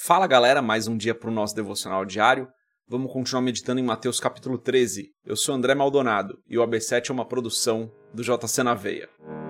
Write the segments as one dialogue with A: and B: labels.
A: Fala galera, mais um dia para o nosso devocional diário. Vamos continuar meditando em Mateus capítulo 13. Eu sou André Maldonado e o AB7 é uma produção do JC na Veia.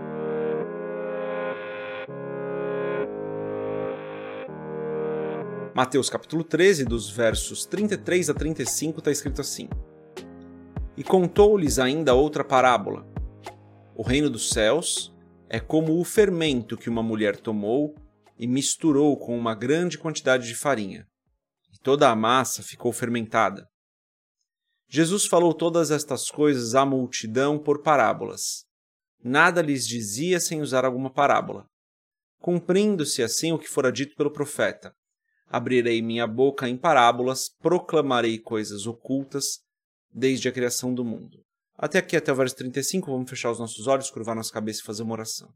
A: Mateus capítulo 13, dos versos 33 a 35, está escrito assim: E contou-lhes ainda outra parábola. O reino dos céus é como o fermento que uma mulher tomou e misturou com uma grande quantidade de farinha, e toda a massa ficou fermentada. Jesus falou todas estas coisas à multidão por parábolas. Nada lhes dizia sem usar alguma parábola. Cumprindo-se assim o que fora dito pelo profeta: Abrirei minha boca em parábolas, proclamarei coisas ocultas desde a criação do mundo. Até aqui, até o verso 35, vamos fechar os nossos olhos, curvar nossa cabeça e fazer uma oração.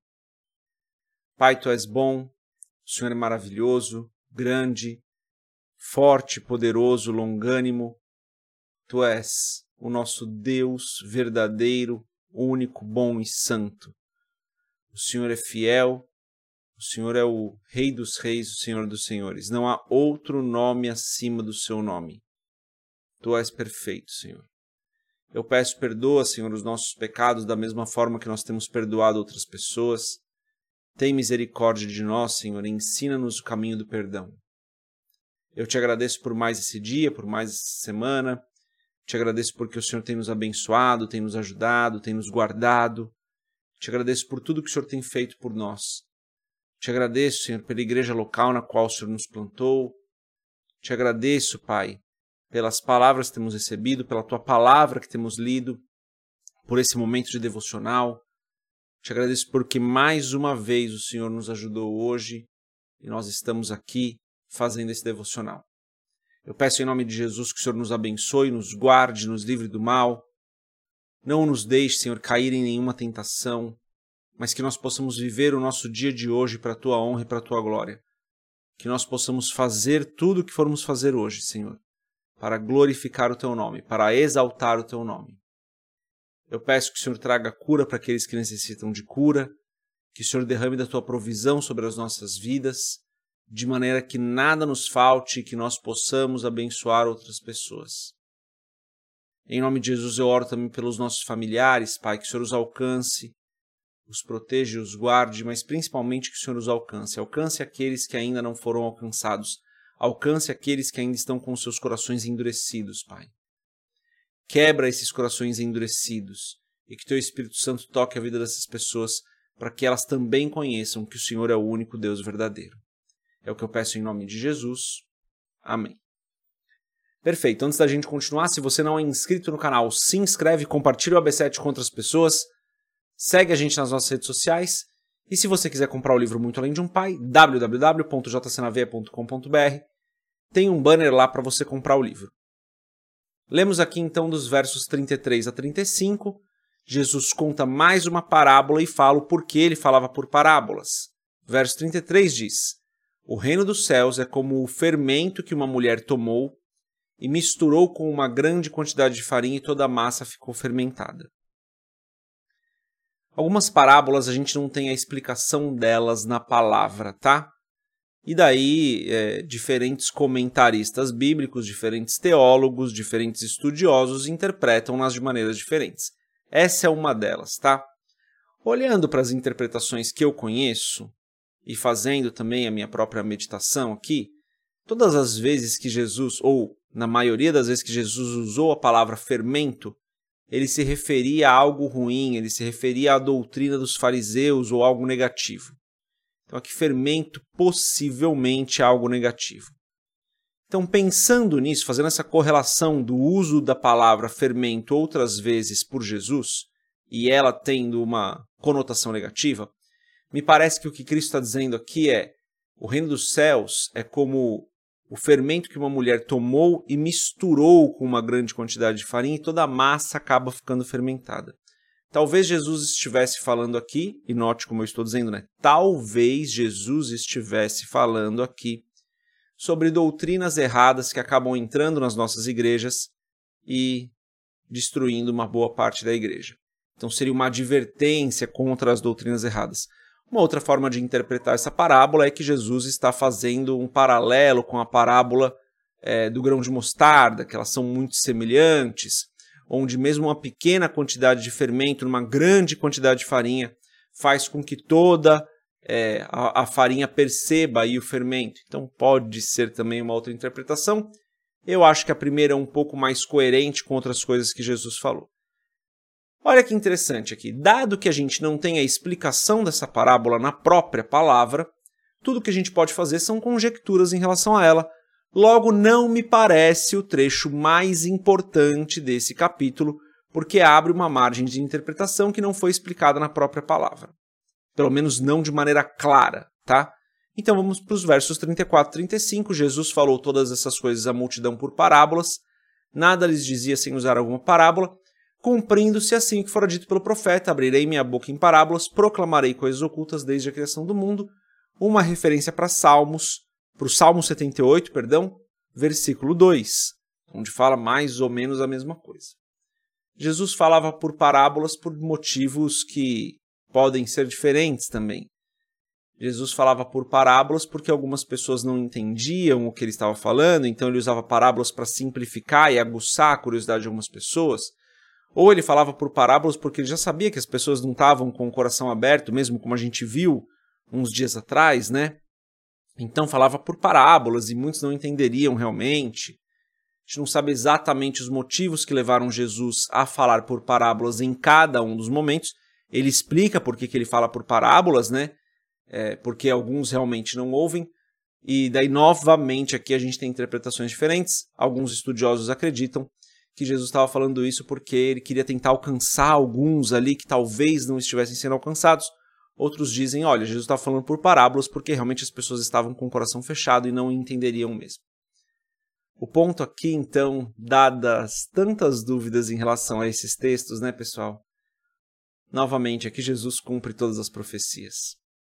A: Pai, Tu és bom, o Senhor é maravilhoso, grande, forte, poderoso, longânimo. Tu és o nosso Deus verdadeiro, único, bom e santo. O Senhor é fiel, o Senhor é o Rei dos Reis, o Senhor dos Senhores. Não há outro nome acima do seu nome. Tu és perfeito, Senhor. Eu peço, perdoa, Senhor, os nossos pecados da mesma forma que nós temos perdoado outras pessoas. Tem misericórdia de nós, Senhor, e ensina-nos o caminho do perdão. Eu te agradeço por mais esse dia, por mais essa semana. Te agradeço porque o Senhor tem nos abençoado, tem nos ajudado, tem nos guardado. Te agradeço por tudo que o Senhor tem feito por nós. Te agradeço, Senhor, pela igreja local na qual o Senhor nos plantou. Te agradeço, Pai, pelas palavras que temos recebido, pela Tua palavra que temos lido, por esse momento de devocional. Te agradeço porque mais uma vez o Senhor nos ajudou hoje e nós estamos aqui fazendo esse devocional. Eu peço em nome de Jesus que o Senhor nos abençoe, nos guarde, nos livre do mal. Não nos deixe, Senhor, cair em nenhuma tentação, mas que nós possamos viver o nosso dia de hoje para a Tua honra e para a Tua glória. Que nós possamos fazer tudo o que formos fazer hoje, Senhor, para glorificar o Teu nome, para exaltar o Teu nome. Eu peço que o Senhor traga cura para aqueles que necessitam de cura, que o Senhor derrame da Tua provisão sobre as nossas vidas, de maneira que nada nos falte e que nós possamos abençoar outras pessoas. Em nome de Jesus eu oro também pelos nossos familiares, Pai, que o Senhor os alcance, os proteja e os guarde, mas principalmente que o Senhor os alcance. Alcance aqueles que ainda não foram alcançados. Alcance aqueles que ainda estão com seus corações endurecidos, Pai. Quebra esses corações endurecidos e que Teu Espírito Santo toque a vida dessas pessoas para que elas também conheçam que o Senhor é o único Deus verdadeiro. É o que eu peço em nome de Jesus. Amém. Perfeito. Antes da gente continuar, se você não é inscrito no canal, se inscreve, compartilha o AB7 com outras pessoas, segue a gente nas nossas redes sociais e se você quiser comprar o livro Muito Além de um Pai, www.jcnaveia.com.br, tem um banner lá para você comprar o livro. Lemos aqui então dos versos 33 a 35, Jesus conta mais uma parábola e fala o porquê ele falava por parábolas. Verso 33 diz: O reino dos céus é como o fermento que uma mulher tomou e misturou com uma grande quantidade de farinha e toda a massa ficou fermentada. Algumas parábolas a gente não tem a explicação delas na palavra, tá? E daí, diferentes comentaristas bíblicos, diferentes teólogos, diferentes estudiosos interpretam-nas de maneiras diferentes. Essa é uma delas, tá? Olhando para as interpretações que eu conheço e fazendo também a minha própria meditação aqui, todas as vezes que Jesus, ou na maioria das vezes que Jesus usou a palavra fermento, ele se referia a algo ruim, ele se referia à doutrina dos fariseus ou algo negativo. Então aqui fermento possivelmente é algo negativo. Então pensando nisso, fazendo essa correlação do uso da palavra fermento outras vezes por Jesus, e ela tendo uma conotação negativa, me parece que o que Cristo está dizendo aqui é: o reino dos céus é como o fermento que uma mulher tomou e misturou com uma grande quantidade de farinha e toda a massa acaba ficando fermentada. Talvez Jesus estivesse falando aqui, e note como eu estou dizendo, né? Talvez Jesus estivesse falando aqui sobre doutrinas erradas que acabam entrando nas nossas igrejas e destruindo uma boa parte da igreja. Então seria uma advertência contra as doutrinas erradas. Uma outra forma de interpretar essa parábola é que Jesus está fazendo um paralelo com a parábola do grão de mostarda, que elas são muito semelhantes, onde mesmo uma pequena quantidade de fermento, numa grande quantidade de farinha, faz com que toda a farinha perceba aí o fermento. Então pode ser também uma outra interpretação. Eu acho que a primeira é um pouco mais coerente com outras coisas que Jesus falou. Olha que interessante aqui. Dado que a gente não tem a explicação dessa parábola na própria palavra, tudo que a gente pode fazer são conjecturas em relação a ela. Logo, não me parece o trecho mais importante desse capítulo, porque abre uma margem de interpretação que não foi explicada na própria palavra. Pelo menos não de maneira clara, tá? Então vamos para os versos 34 e 35. Jesus falou todas essas coisas à multidão por parábolas. Nada lhes dizia sem usar alguma parábola. Cumprindo-se assim o que fora dito pelo profeta, abrirei minha boca em parábolas, proclamarei coisas ocultas desde a criação do mundo. Uma referência para o Salmo 78, versículo 2, onde fala mais ou menos a mesma coisa. Jesus falava por parábolas por motivos que podem ser diferentes também. Jesus falava por parábolas porque algumas pessoas não entendiam o que ele estava falando, então ele usava parábolas para simplificar e aguçar a curiosidade de algumas pessoas. Ou ele falava por parábolas porque ele já sabia que as pessoas não estavam com o coração aberto, mesmo como a gente viu uns dias atrás, né? Então falava por parábolas e muitos não entenderiam realmente. A gente não sabe exatamente os motivos que levaram Jesus a falar por parábolas em cada um dos momentos. Ele explica por que ele fala por parábolas, né? Porque alguns realmente não ouvem. E daí, novamente, aqui a gente tem interpretações diferentes. Alguns estudiosos acreditam que Jesus estava falando isso porque ele queria tentar alcançar alguns ali que talvez não estivessem sendo alcançados. Outros dizem, olha, Jesus estava falando por parábolas porque realmente as pessoas estavam com o coração fechado e não entenderiam mesmo. O ponto aqui, então, dadas tantas dúvidas em relação a esses textos, né, pessoal? Novamente, aqui Jesus cumpre todas as profecias.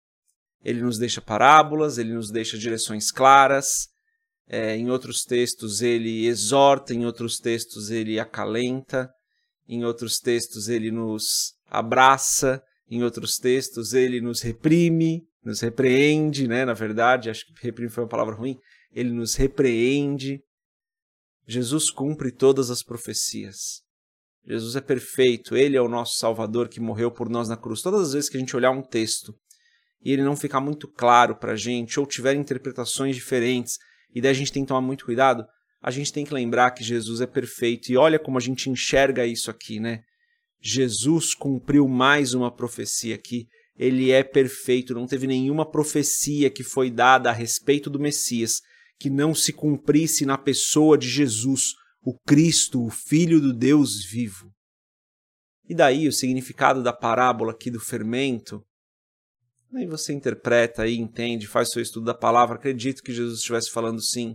A: Ele nos deixa parábolas, ele nos deixa direções claras. Em outros textos ele exorta, em outros textos ele acalenta, em outros textos ele nos abraça, em outros textos ele nos reprime, nos repreende, né? Na verdade, acho que reprime foi uma palavra ruim, ele nos repreende. Jesus cumpre todas as profecias. Jesus é perfeito, ele é o nosso Salvador que morreu por nós na cruz. Todas as vezes que a gente olhar um texto e ele não ficar muito claro para a gente, ou tiver interpretações diferentes, e daí a gente tem que tomar muito cuidado, a gente tem que lembrar que Jesus é perfeito. E olha como a gente enxerga isso aqui, né? Jesus cumpriu mais uma profecia aqui. Ele é perfeito. Não teve nenhuma profecia que foi dada a respeito do Messias que não se cumprisse na pessoa de Jesus, o Cristo, o Filho do Deus vivo. E daí o significado da parábola aqui do fermento, aí você interpreta aí, entende, faz seu estudo da palavra. Acredito que Jesus estivesse falando sim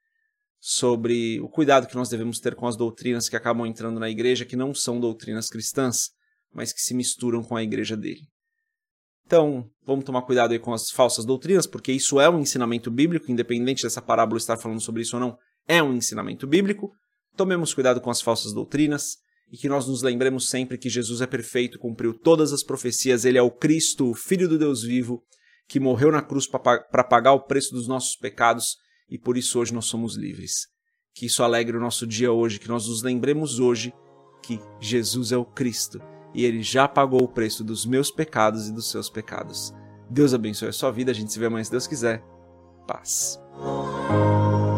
A: sobre o cuidado que nós devemos ter com as doutrinas que acabam entrando na igreja, que não são doutrinas cristãs, mas que se misturam com a igreja dele. Então, vamos tomar cuidado aí com as falsas doutrinas, porque isso é um ensinamento bíblico, independente dessa parábola estar falando sobre isso ou não, é um ensinamento bíblico. Tomemos cuidado com as falsas doutrinas, e que nós nos lembremos sempre que Jesus é perfeito, cumpriu todas as profecias, ele é o Cristo, o Filho do Deus vivo, que morreu na cruz para pagar o preço dos nossos pecados, e por isso hoje nós somos livres. Que isso alegre o nosso dia hoje, que nós nos lembremos hoje que Jesus é o Cristo, e ele já pagou o preço dos meus pecados e dos seus pecados. Deus abençoe a sua vida, a gente se vê amanhã se Deus quiser. Paz.